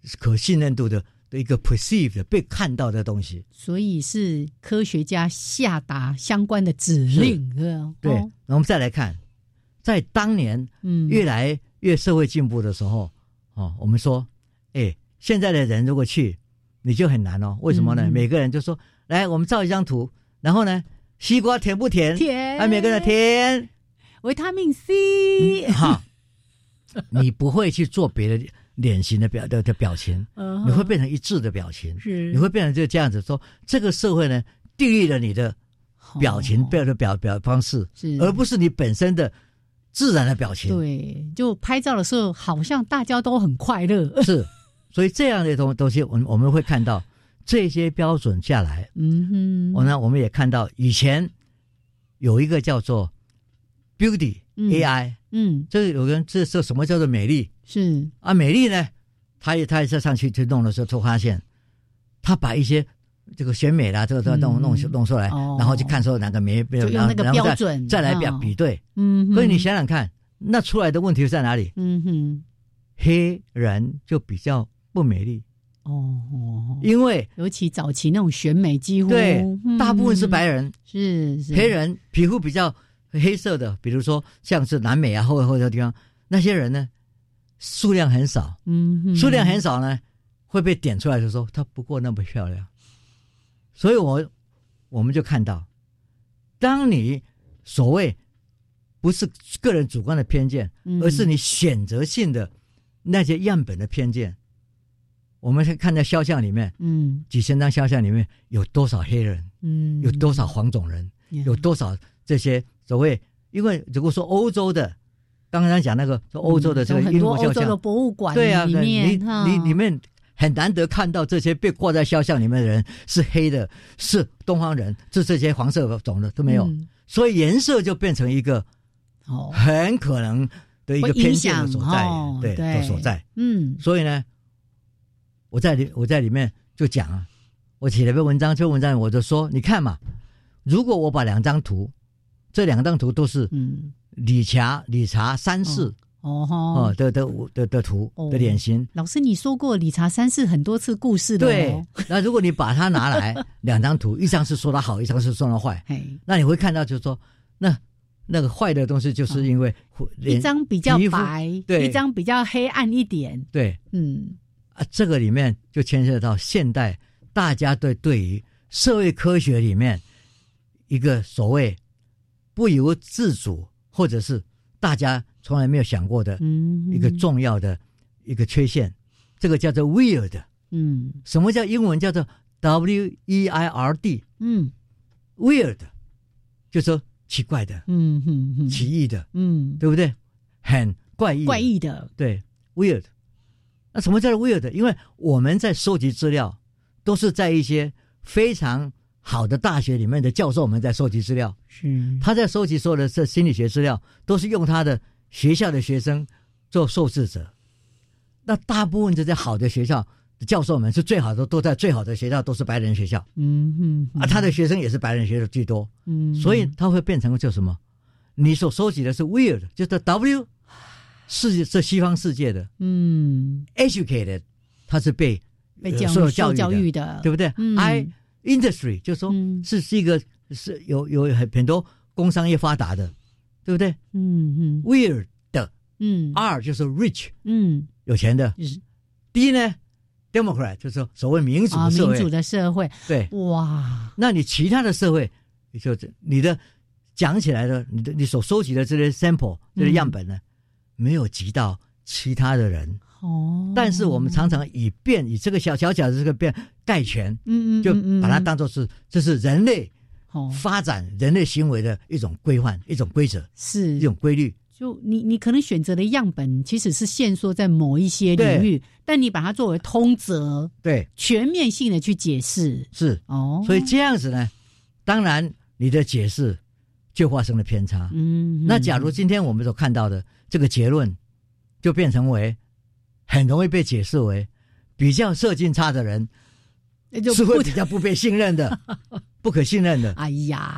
可信任度的的一个 perceived 被看到的东西。 所以是科学家下达相关的指令，是吧？ 对。哦，那我们再来看，在当年越来越社会进步的时候，嗯、哦，我们说，哎，现在的人如果去，你就很难哦。为什么呢？嗯、每个人就说，来，我们照一张图，然后呢，西瓜甜不甜？ 甜。 啊，每个人甜。 维他命 C。 哈、嗯，你不会去做别的脸型的表的的表情，你会变成一致的表情，是你会变成就这样子说，这个社会呢定义了你的表情表的表表方式，是而不是你本身的自然的表情。 对，就拍照的时候好像大家都很快乐， 是，所以这样的东东西，我们我们会看到这些标准下来，嗯哼，我呢我们也看到以前有一个叫做 Beauty、嗯、A I。嗯，这有人这这什么叫做美丽？是啊，美丽呢，他也他也是上去去弄的时候，就发现他把一些这个选美啦，这个都弄、嗯、弄弄出来，哦、然后去看说哪个美， 就用那个标准， 再来比比对。嗯，所以你想想看，那出来的问题在哪里？嗯哼，黑人就比较不美丽。哦，因为尤其早期那种选美几乎对、嗯、大部分是白人， 是是黑人皮肤比较黑色的，比如说像是南美啊或者或者地方，那些人呢数量很少，嗯，数量很少呢会被点出来的时候，她不过那么漂亮，所以我我们就看到，当你所谓不是个人主观的偏见，嗯、而是你选择性的那些样本的偏见，我们看在肖像里面，嗯，几千张肖像里面有多少黑人，嗯，有多少黄种人，嗯、有多少这些。所谓，因为如果说欧洲的，刚刚讲那个说欧洲的这个英国肖像， 很多欧洲的博物馆对啊， 里面， 你你里面很难得看到这些被挂在肖像里面的人是黑的，是东方人，是这些黄色种的都没有，嗯、所以颜色就变成一个哦很可能的一个偏见的所在，哦、对的所在。嗯，所以呢，我在里我在里面就讲啊，我写了篇文章，这篇文章我就说，你看嘛，如果我把两张图。这两张图都是理查、嗯、理查三世哦哦的的的的图、哦、的脸型。 老师，你说过理查三世很多次故事的、哦。 对，那如果你把它拿来两张图，一张是说他好，一张是说他坏，那你会看到就是说，那那个坏的东西就是因为、 哦、一张比较白，对，一张比较黑暗一点。 对，嗯啊，这个里面就牵涉到现代大家对对于社会科学里面一个所谓。不由自主，或者是大家从来没有想过的一个重要的一个缺陷，嗯、这个叫做 weird。嗯，什么叫英文叫做 W E I R D？ 嗯 ，weird 就是说奇怪的，嗯嗯嗯，奇异的，嗯，对不对？很怪异， 怪异的， 对 weird。那什么叫做 weird？ 因为我们在收集资料，都是在一些非常。好的大学里面的教授们在收集资料，是他在收集所有的这心理学资料，都是用他的学校的学生做受试者。那大部分这些好的学校的教授们是最好的，都在最好的学校，都是白人学校。嗯嗯，嗯啊，他的学生也是白人学校居多。嗯，所以他会变成就什么？你所收集的是 weird， 就是 W 是这西方世界的。嗯 ，educated 他是被被教受教育的，教育的对不对？嗯 I industry 就是说是是一个是有有很很多工商业发达的，对不对？嗯嗯 ，weird 的，嗯 ，R 就是 rich， 嗯，有钱的，嗯、D 呢 ，Democrat 就是说所谓民主的社会， 啊、民主的社会， 对，哇，那你其他的社会，就是你的讲起来的，你的你所收集的这些 sample 这些样本呢，嗯、没有及到其他的人。哦，但是我们常常以变以这个小小小的这个变概全，嗯嗯，就把它当作是这是人类发展人类行为的一种规范、一种规则，是一种规律。 就你你可能选择的样本其实是限缩在某一些领域，但你把它作为通则， 对， 全面性的去解释， 是哦。所以这样子呢，当然你的解释就发生了偏差。嗯，那假如今天我们所看到的这个结论，就变成为。很容易被解释为比较射劲差的人是会比较不被信任的不可信任的。 哎呀，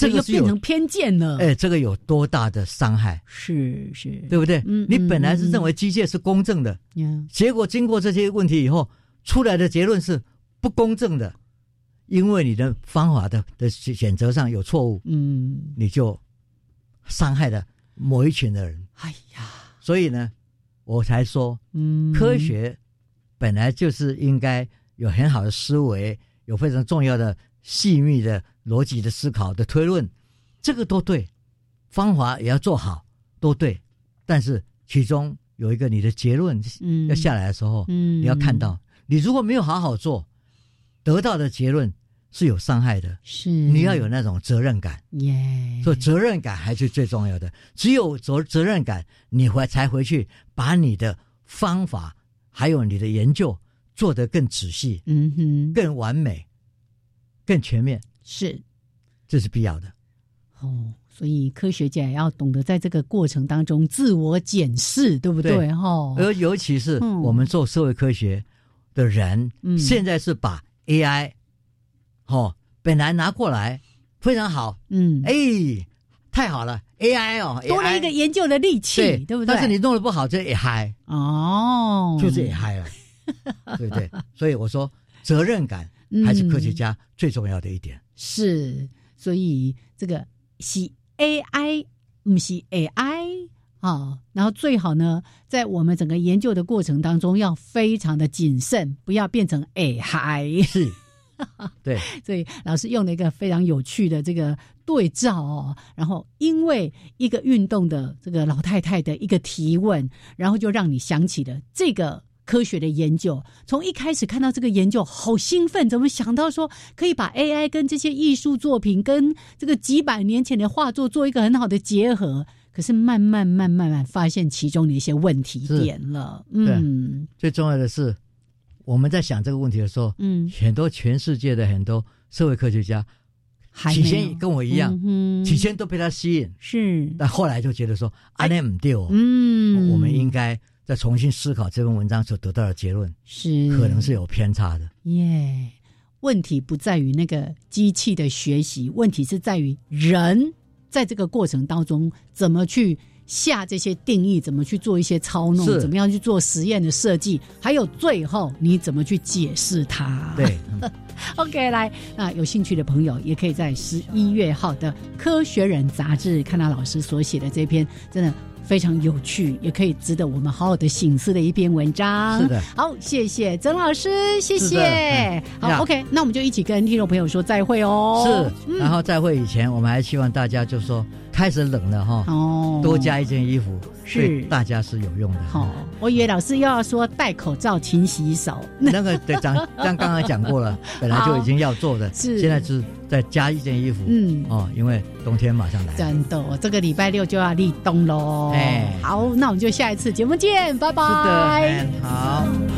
这个就变成偏见了。 哎，这个有多大的伤害？ 是是， 对不对？ 嗯， 你本来是认为机械是公正的， 嗯， 结果经过这些问题以后，出来的结论是不公正的，因为你的方法的的选择上有错误， 嗯， 你就伤害了某一群的人。 哎呀， 所以呢，我才说， 嗯， 科学本来就是应该有很好的思维，有非常重要的细密的逻辑的思考的推论，这个都对，方法也要做好，都对。但是其中有一个你的结论要下来的时候， 嗯， 你要看到，你如果没有好好做，得到的结论是有伤害的， 是你要有那种责任感， 耶， 所以责任感还是最重要的。只有责责任感，你回才回去把你的方法还有你的研究做得更仔细， 嗯哼， 更完美，更全面， 是， 这是必要的。 哦，所以科学家也要懂得在这个过程当中自我检视，对不对？ 对哦， 而尤其是我们做社会科学的人， 嗯， 现在是把 A I， 哦，本来拿过来非常好， 嗯， 哎，太好了 ，A I 哦， 多了一个研究的利器， 对， 对不对？ 但是你弄得不好，这也嗨哦， 就是也嗨了，对不对？所以我说责任感还是科学家最重要的一点。 嗯，是，所以这个是 A I， 不是 A I 啊，哦。然后最好呢，在我们整个研究的过程当中，要非常的谨慎，不要变成 A I。 是。对， 所以老师用了一个非常有趣的这个对照哦，然后因为一个运动的这个老太太的一个提问，然后就让你想起了这个科学的研究。从一开始看到这个研究好兴奋，怎么想到说可以把 A I 跟这些艺术作品跟这个几百年前的画作做一个很好的结合，可是慢慢慢慢慢发现其中的一些问题点了。嗯， 最重要的是我们在想这个问题的时候，嗯，很多全世界的很多社会科学家起先跟我一样，嗯，起先都被他吸引， 是，但后来就觉得说啊，那不对哦，嗯，我们应该再重新思考这篇文章所得到的结论， 是可能是有偏差的。 耶，问题不在于那个机器的学习，问题是在于人在这个过程当中怎么去下这些定义，怎么去做一些操弄，怎么样去做实验的设计，还有最后你怎么去解释它。 对 OK， 来，那有兴趣的朋友也可以在十一月号的《科学人》杂志看到老师所写的这篇真的非常有趣，也可以值得我们好好的省思的一篇文章。 是的， 好，谢谢曾老师，谢谢。嗯、好 ，OK， 那我们就一起跟听众朋友说再会哦。 是，嗯、然后再会以前，我们还希望大家就说开始冷了哈，哦，多加一件衣服，是大家是有用的。 好、哦，我以为老师又要说戴口罩、勤洗手， 那个对，刚刚刚才讲过了，本来就已经要做的，是现在是再加一件衣服，嗯，哦，因为冬天马上来， 真的，这个礼拜六就要立冬喽。哎，好，那我们就下一次节目见，拜拜。 是的，好。